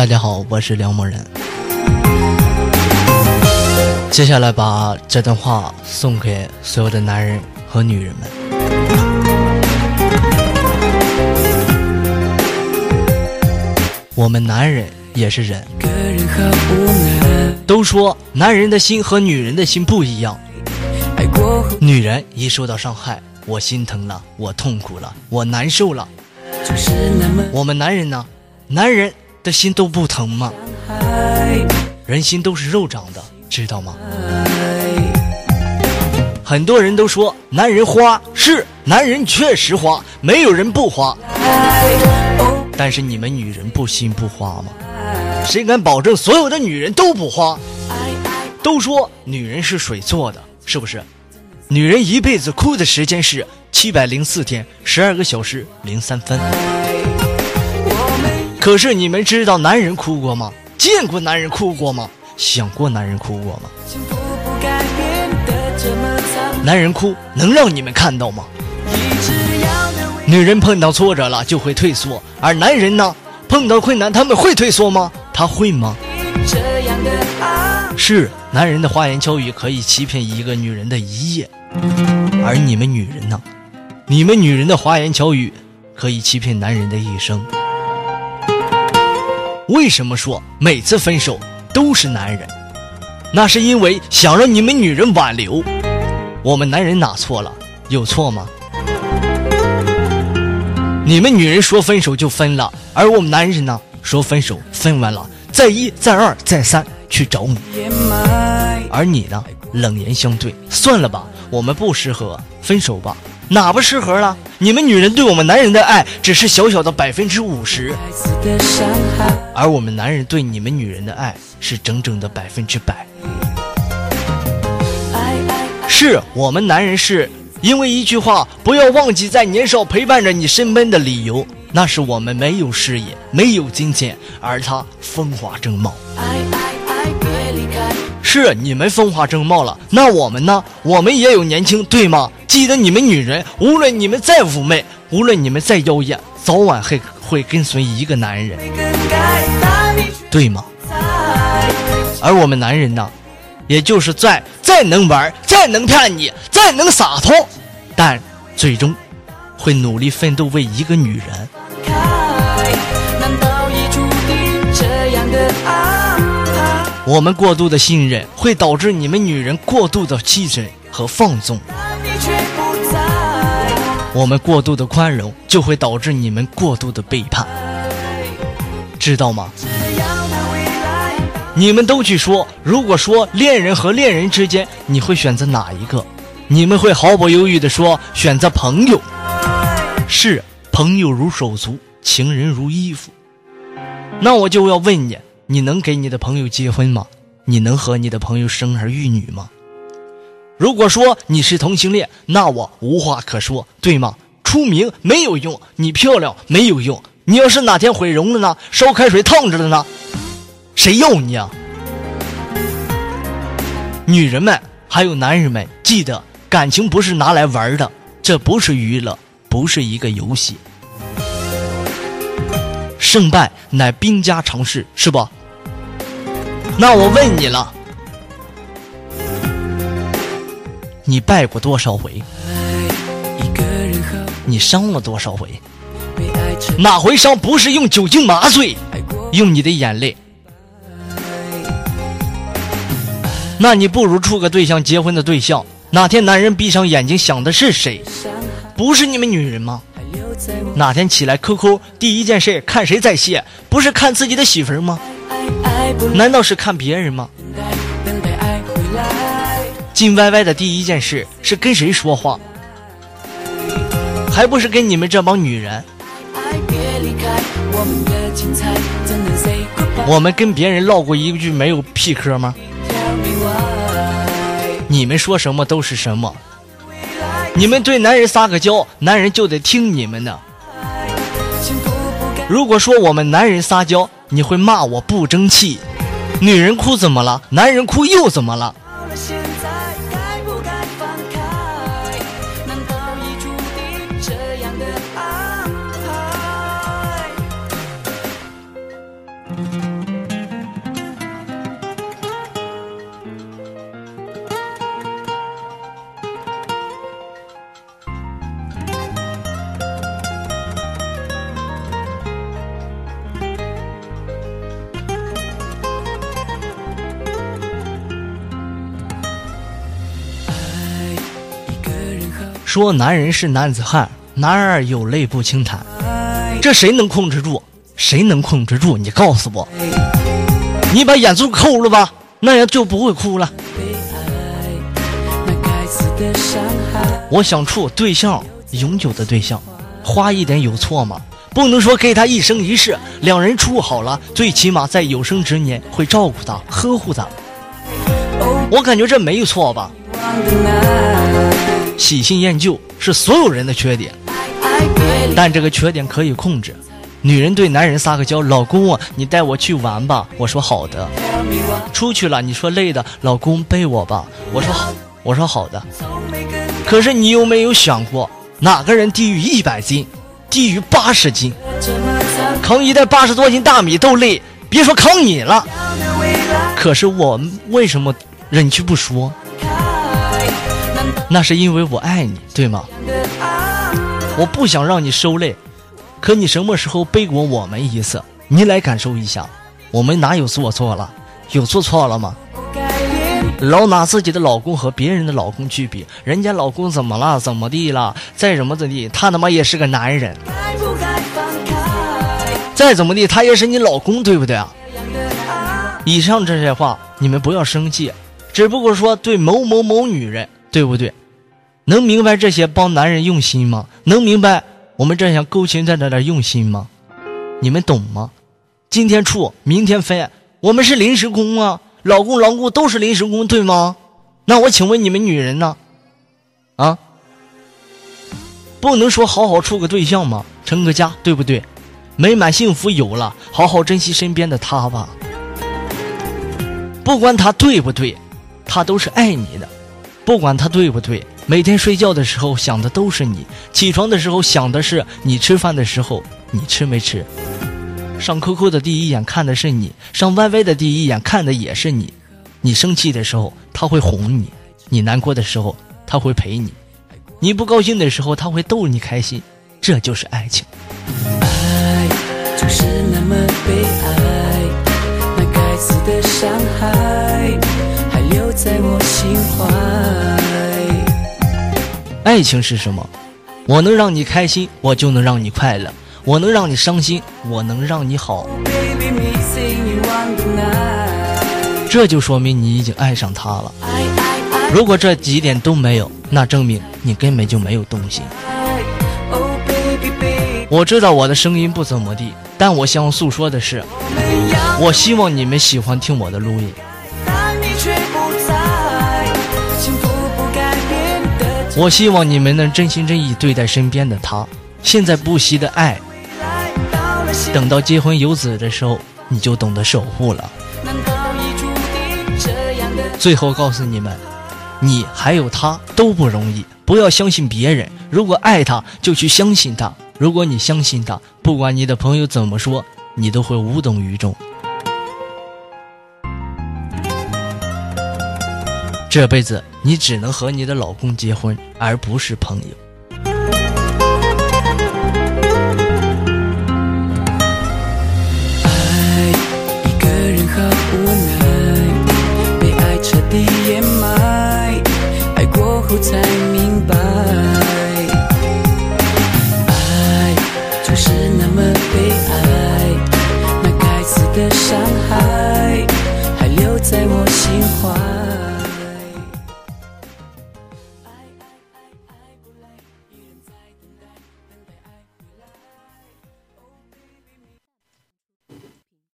大家好，我是梁某人。接下来把这段话送给所有的男人和女人们。我们男人也是人，都说男人的心和女人的心不一样。女人一受到伤害，我心疼了，我痛苦了，我难受了。我们男人呢？男人的心都不疼吗？人心都是肉长的，知道吗？很多人都说男人花，是男人确实花，没有人不花。但是你们女人不心不花吗？谁敢保证所有的女人都不花？都说女人是水做的，是不是？女人一辈子哭的时间是704天12个小时03分。可是你们知道男人哭过吗？见过男人哭过吗？想过男人哭过吗？男人哭能让你们看到吗？女人碰到挫折了就会退缩，而男人呢？碰到困难他们会退缩吗？他会吗？是，男人的花言巧语可以欺骗一个女人的一夜，而你们女人呢？你们女人的花言巧语可以欺骗男人的一生。为什么说每次分手都是男人？那是因为想让你们女人挽留。我们男人哪错了？有错吗？你们女人说分手就分了，而我们男人呢，说分手分完了，再一再二再三去找你。而你呢，冷言相对，算了吧，我们不适合，分手吧。哪不适合了？你们女人对我们男人的爱只是小小的50%，而我们男人对你们女人的爱是整整的100%。是，我们男人是因为一句话，不要忘记在年少陪伴着你身边的理由，那是我们没有事业，没有金钱，而他风华正茂。是，你们风华正茂了，那我们呢？我们也有年轻，对吗？记得你们女人，无论你们再妩媚，无论你们再妖艳，早晚会跟随一个男人，对吗？而我们男人呢，也就是再能玩，再能骗你，再能洒脱，但最终会努力奋斗为一个女人。我们过度的信任会导致你们女人过度的牺牲和放纵，我们过度的宽容就会导致你们过度的背叛，知道吗？你们都去说，如果说恋人和恋人之间，你会选择哪一个？你们会毫不犹豫地说选择朋友。是，朋友如手足，情人如衣服。那我就要问你，你能给你的朋友结婚吗？你能和你的朋友生儿育女吗？如果说你是同性恋，那我无话可说，对吗？出名没有用，你漂亮没有用，你要是哪天毁容了呢？烧开水烫着了呢？谁要你啊？女人们还有男人们，记得感情不是拿来玩的，这不是娱乐，不是一个游戏。胜败乃兵家常事，是吧？那我问你了，你败过多少回？你伤了多少回？哪回伤不是用酒精麻醉，用你的眼泪？那你不如处个对象，结婚的对象，哪天男人闭上眼睛想的是谁？不是你们女人吗？哪天起来 QQ 第一件事看谁在线，不是看自己的媳妇儿吗？难道是看别人吗？进 YY 的第一件事是跟谁说话？还不是跟你们这帮女人？我们跟别人唠过一句没有屁嗑吗？你们说什么都是什么，你们对男人撒个娇，男人就得听你们的。如果说我们男人撒娇，你会骂我不争气。女人哭怎么了？男人哭又怎么了？ 说男人是男子汉，男儿有泪不轻弹，这谁能控制住？谁能控制住？你告诉我，你把眼珠抠了吧，那样就不会哭了。我想处对象，永久的对象，花一点有错吗？不能说给他一生一世，两人处好了，最起码在有生之年会照顾他，呵护他。我感觉这没错吧。喜新厌旧是所有人的缺点，但这个缺点可以控制。女人对男人撒个娇，老公啊，你带我去玩吧，我说好的。出去了，你说累的，老公背我吧，我说好的。可是你有没有想过，哪个人低于100斤，低于80斤？扛一袋80多斤大米都累，别说扛你了。可是我为什么忍气不说？那是因为我爱你，对吗？我不想让你受累，可你什么时候背过我们一次？你来感受一下，我们哪有做错了？有做错了吗？老拿自己的老公和别人的老公去比，人家老公怎么了，怎么地了，再怎么地，他他妈也是个男人，再怎么地他也是你老公，对不对啊？以上这些话你们不要生气，只不过说对某某某女人，对不对？能明白这些帮男人用心吗？能明白我们这样勾心在这用心吗？你们懂吗？今天处明天分，我们是临时工啊，老公老公都是临时工，对吗？那我请问你们女人呢？啊，不能说好好处个对象吗？成个家，对不对？美满幸福有了，好好珍惜身边的他吧。不管他对不对，他都是爱你的。不管他对不对，每天睡觉的时候想的都是你，起床的时候想的是你，吃饭的时候你吃没吃，上 QQ 的第一眼看的是你，上 YY 的第一眼看的也是你。你生气的时候他会哄你，你难过的时候他会陪你，你不高兴的时候他会逗你开心，这就是爱情。 爱就是那么悲哀，那该死的伤害还留在我心怀。 爱情是什么？我能让你开心，我就能让你快乐，我能让你伤心，我能让你好。这就说明你已经爱上他了。如果这几点都没有，那证明你根本就没有动心。我知道我的声音不怎么地，但我想诉说的是，我希望你们喜欢听我的录音。我希望你们能真心真意对待身边的他，现在不惜的爱，等到结婚有子的时候你就懂得守护了。最后告诉你们，你还有他都不容易，不要相信别人，如果爱他就去相信他，如果你相信他，不管你的朋友怎么说，你都会无动于衷。这辈子你只能和你的老公结婚，而不是朋友。 爱一个人好无奈，被爱彻底掩埋，爱过后才